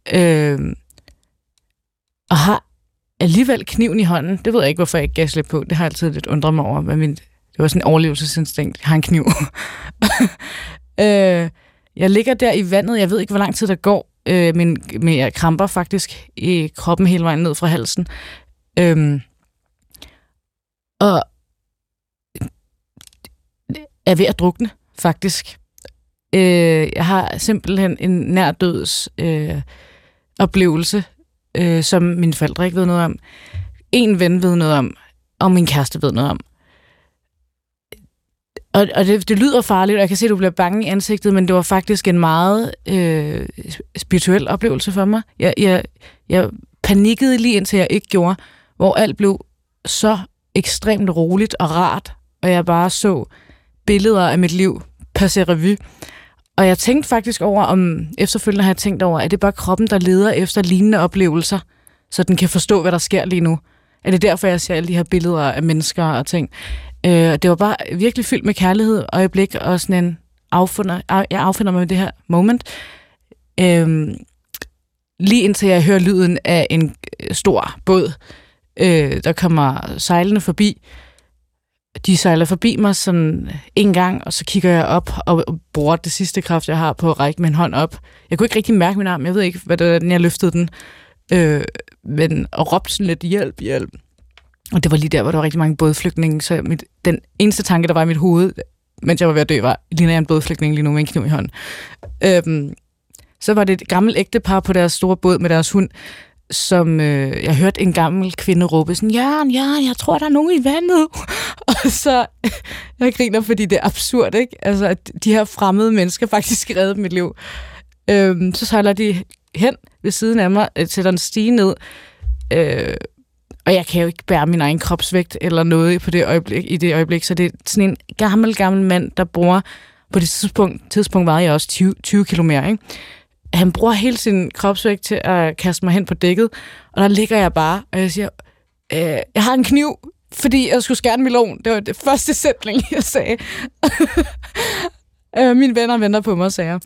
og har alligevel kniven i hånden. Det ved jeg ikke, hvorfor jeg ikke gav slip på. Det har jeg altid lidt undret mig over. Det var sådan en overlevelsesinstinkt. Jeg har en kniv. Jeg ligger der i vandet. Jeg ved ikke, hvor lang tid der går. Men jeg kramper faktisk i kroppen hele vejen ned fra halsen. Og er ved at drukne, faktisk. Jeg har simpelthen en nærdøds oplevelse, som mine forældre ikke ved noget om. En ven ved noget om, og min kæreste ved noget om. Og det lyder farligt, og jeg kan se, at du bliver bange i ansigtet, men det var faktisk en meget spirituel oplevelse for mig. Jeg panikkede lige indtil jeg ikke gjorde, hvor alt blev så ekstremt roligt og rart, og jeg bare så billeder af mit liv passere revue. Og jeg tænkte faktisk over, efterfølgende har jeg tænkt over, er det bare kroppen, der leder efter lignende oplevelser, så den kan forstå, hvad der sker lige nu? Er det derfor, jeg ser alle de her billeder af mennesker og ting? Det var bare virkelig fyldt med kærlighed, øjeblik, og sådan en jeg affinder mig med det her moment. Lige indtil jeg hører lyden af en stor båd, der kommer sejlende forbi. De sejler forbi mig sådan en gang, og så kigger jeg op og bruger det sidste kraft, jeg har på at række min hånd op. Jeg kunne ikke rigtig mærke min arm. Jeg ved ikke, hvad det var, jeg løftede den. Men og råbte sådan lidt hjælp. Og det var lige der, hvor der var rigtig mange bådflygtninge. Så den eneste tanke, der var i mit hoved, mens jeg var ved at dø, var, ligner jeg en bådflygtning lige nu med en kniv i hånden. Så var det et gammelt ægtepar på deres store båd med deres hund, som jeg hørte en gammel kvinde råbe sådan, Jørgen, jeg tror, der er nogen i vandet. Og så, jeg griner, fordi det er absurd, ikke? Altså, at de her fremmede mennesker faktisk reddede mit liv. Så sejler de hen ved siden af mig, sætter en stige ned, og jeg kan jo ikke bære min egen kropsvægt eller noget i det øjeblik, så det er sådan en gammel mand, der bruger, på det tidspunkt vejede jeg også 20 kilo mere, ikke? Han bruger hele sin kropsvægt til at kaste mig hen på dækket, og der ligger jeg bare, og jeg siger, jeg har en kniv, fordi jeg skulle skære en melon. Det var det første sætning, jeg sagde. Mine venner venter på mig, sagde jeg.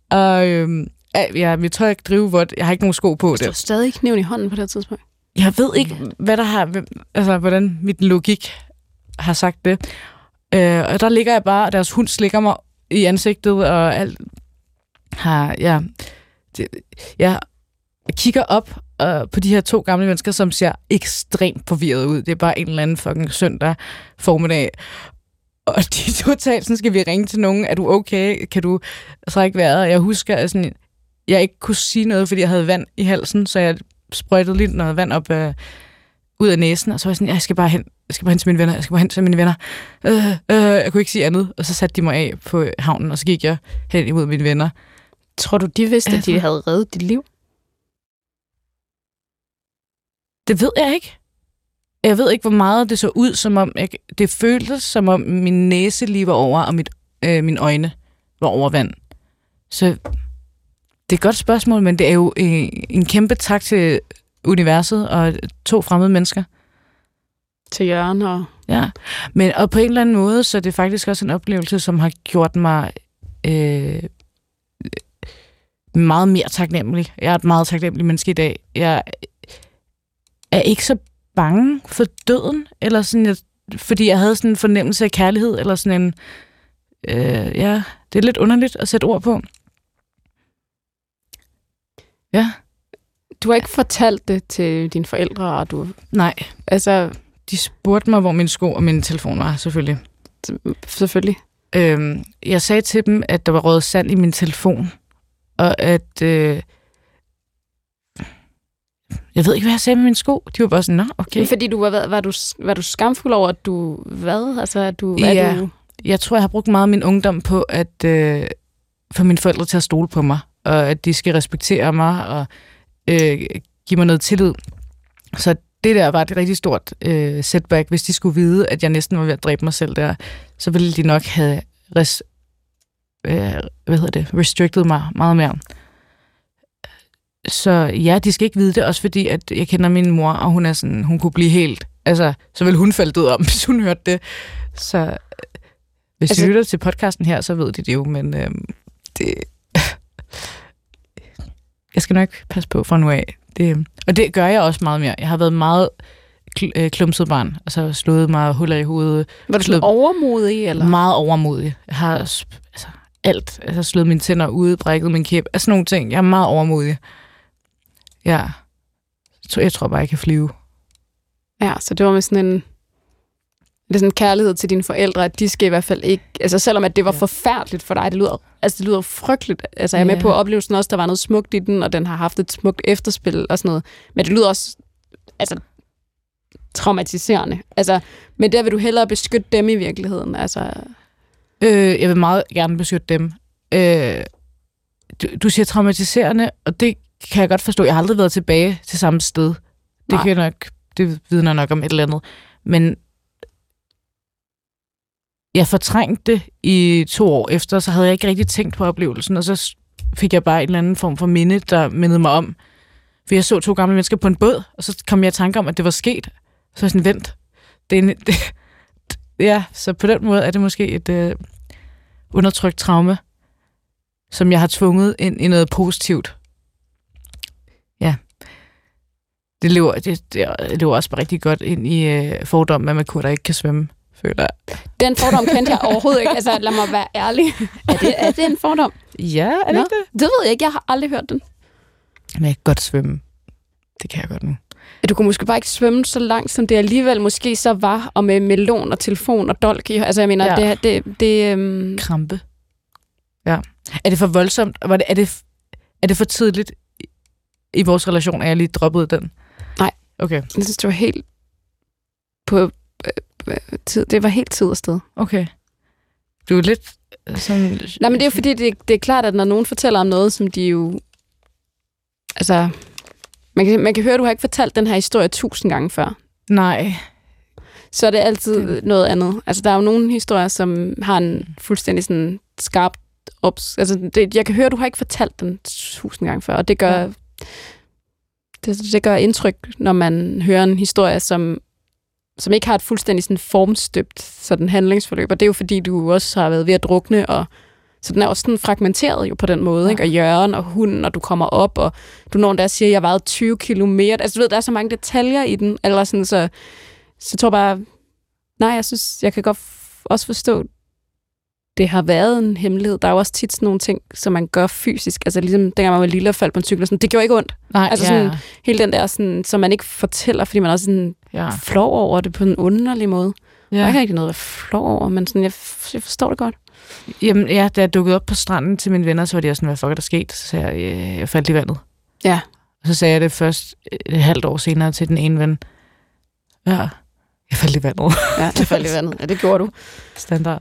Og vi tør ikke drive vådt. Jeg har ikke nogen sko på. Du har stadig kniven i hånden på det tidspunkt? Jeg ved ikke, hvad der har, altså hvordan mit logik har sagt det. Og der ligger jeg bare, og deres hund slikker mig i ansigtet, og alt har, jeg kigger op på de her to gamle mennesker, som ser ekstremt forvirret ud. Det er bare en eller anden fucking søndag formiddag. Og de totalt, sådan skal vi ringe til nogen. Er du okay? Kan du så ikke være? Jeg husker, at jeg ikke kunne sige noget, fordi jeg havde vand i halsen, så jeg sprøjtede lidt noget vand op ud af næsen, og så var jeg sådan, jeg skal bare hen til mine venner. Jeg kunne ikke sige andet, og så satte de mig af på havnen, og så gik jeg hen imod mine venner. Tror du, de vidste, at de havde reddet dit liv? Det ved jeg ikke. Jeg ved ikke, hvor meget det så ud, som om det føltes, som om min næse lige var over, og mine øjne var over vand. Så det er et godt spørgsmål, men det er jo en kæmpe tak til universet og 2 fremmede mennesker. Til Jørgen og... Ja, og på en eller anden måde, så er det faktisk også en oplevelse, som har gjort mig meget mere taknemmelig. Jeg er et meget taknemmelig menneske i dag. Jeg er ikke så bange for døden, eller sådan, fordi jeg havde sådan en fornemmelse af kærlighed, eller sådan en... det er lidt underligt at sætte ord på. Ja. Du har ikke fortalt det til dine forældre, og du... Nej. Altså... De spurgte mig, hvor min sko og min telefon var, selvfølgelig. Selvfølgelig. Jeg sagde til dem, at der var røget sand i min telefon, og at... jeg ved ikke, hvad jeg sagde med min sko. De var bare sådan, nå, okay. Fordi du var du skamfuld over, at du... Hvad? Altså, at du... Ja, jeg tror, jeg har brugt meget af min ungdom på at få mine forældre til at stole på mig, og at de skal respektere mig, og give mig noget tillid. Så det der var et rigtig stort setback. Hvis de skulle vide, at jeg næsten var ved at dræbe mig selv der, så ville de nok have restricted mig meget mere. Så ja, de skal ikke vide det, også fordi, at jeg kender min mor, og hun er sådan, hun kunne blive helt, altså, så vil hun falde død om, hvis hun hørte det. Så hvis de lytter til podcasten her, så ved de det jo, men det... Jeg skal nok passe på fra nu af. Og det gør jeg også meget mere. Jeg har været meget klumset barn, altså slået mig huller i hovedet. Var du overmodig, eller? Meget overmodig. Jeg har alt. Altså slået mine tænder ude, brækket min kæb. Altså nogle ting. Jeg er meget overmodig. Ja. Jeg tror bare, jeg kan flyve. Ja, så det var med sådan en... Det er sådan en kærlighed til dine forældre, at de skal i hvert fald ikke... Altså selvom at det var forfærdeligt for dig, det lyder frygteligt. Altså jeg er med på oplevelsen også, der var noget smukt i den, og den har haft et smukt efterspil og sådan noget. Men det lyder også traumatiserende. Altså, men der vil du hellere beskytte dem i virkeligheden. Altså... Jeg vil meget gerne beskytte dem. Du siger traumatiserende, og det kan jeg godt forstå. Jeg har aldrig været tilbage til samme sted. Det vidner nok om et eller andet. Men jeg fortrængte det i 2 år efter, så havde jeg ikke rigtig tænkt på oplevelsen, og så fik jeg bare en eller anden form for minde, der mindede mig om. For jeg så 2 gamle mennesker på en båd, og så kom jeg i tanke om, at det var sket. Så jeg sådan, vent. Ja, så på den måde er det måske et undertrykt traume, som jeg har tvunget ind i noget positivt. Ja. Det lever også bare rigtig godt ind i fordommen, at man der ikke kan svømme, føler jeg. Den fordom kendte jeg overhovedet ikke. Altså, lad mig være ærlig. Er det en fordom? Ja, er det ikke det? Det ved jeg ikke. Jeg har aldrig hørt den. Men jeg kan godt svømme. Det kan jeg godt nu. Du kunne måske bare ikke svømme så langt, som det alligevel måske så var, og med melon og telefon og dolk. Altså, jeg mener, det krampe. Ja. Er det for voldsomt? Er det for tidligt i vores relation, at jeg lige droppede den? Nej. Okay. Jeg synes, det var helt på tid. Det var helt tid og sted. Okay. Du er lidt sådan... Nej, men det er jo fordi, det er klart, at når nogen fortæller om noget, som de jo... Altså... Man kan høre, at du har ikke fortalt den her historie 1000 gange før. Nej. Så er det altid noget andet. Altså, der er jo nogle historier, som har en fuldstændig sådan skarp altså, jeg kan høre, at du har ikke fortalt den 1000 gange før, og det gør, det gør indtryk, når man hører en historie, som ikke har et fuldstændig sådan formstøbt sådan handlingsforløb. Og det er jo fordi, du også har været ved at drukne, og så den er også sådan fragmenteret jo på den måde, ikke? Og Jørgen og hunden, og du kommer op, og du når der siger, at jeg vejede 20 kilometer. Altså du ved, der er så mange detaljer i den, eller sådan, så tror bare, nej, jeg synes, jeg kan godt også forstå, det har været en hemmelighed. Der er jo også tit sådan nogle ting, som man gør fysisk. Altså ligesom dengang man var lille og faldt på en cykel, sådan, det gjorde ikke ondt. Nej, altså sådan, hele den der, sådan, som man ikke fortæller, fordi man også sådan flov over det på en underlig måde. Ja. Der er ikke rigtig noget at være flov over, men sådan, jeg forstår det godt. Jamen ja, da jeg dukkede op på stranden til mine venner, så var de også sådan, hvad fuck er der sket? Så sagde jeg faldt i vandet. Ja. Og så sagde jeg det først et halvt år senere til den ene ven. Ja, jeg faldt i vandet. Ja, jeg faldt i vandet. Ja, det gjorde du. Standard.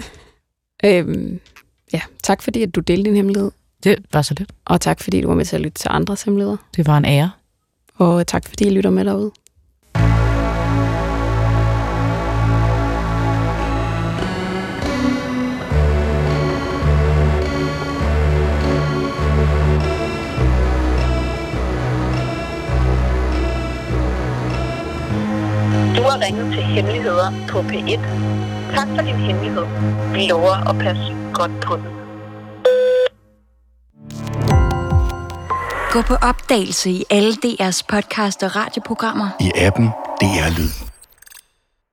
Ja, tak fordi, at du delte din hemmelighed. Det var så lidt. Og tak fordi, du var med til at lytte til andres hemmeligheder. Det var en ære. Og tak fordi, I lytter med derude. Du har ringet til Hemmeligheder på P1. Tak for din hemmelighed. Vi lover at passe godt på den. Gå på opdagelse i alle DR's podcast og radioprogrammer. I appen DR Lyd.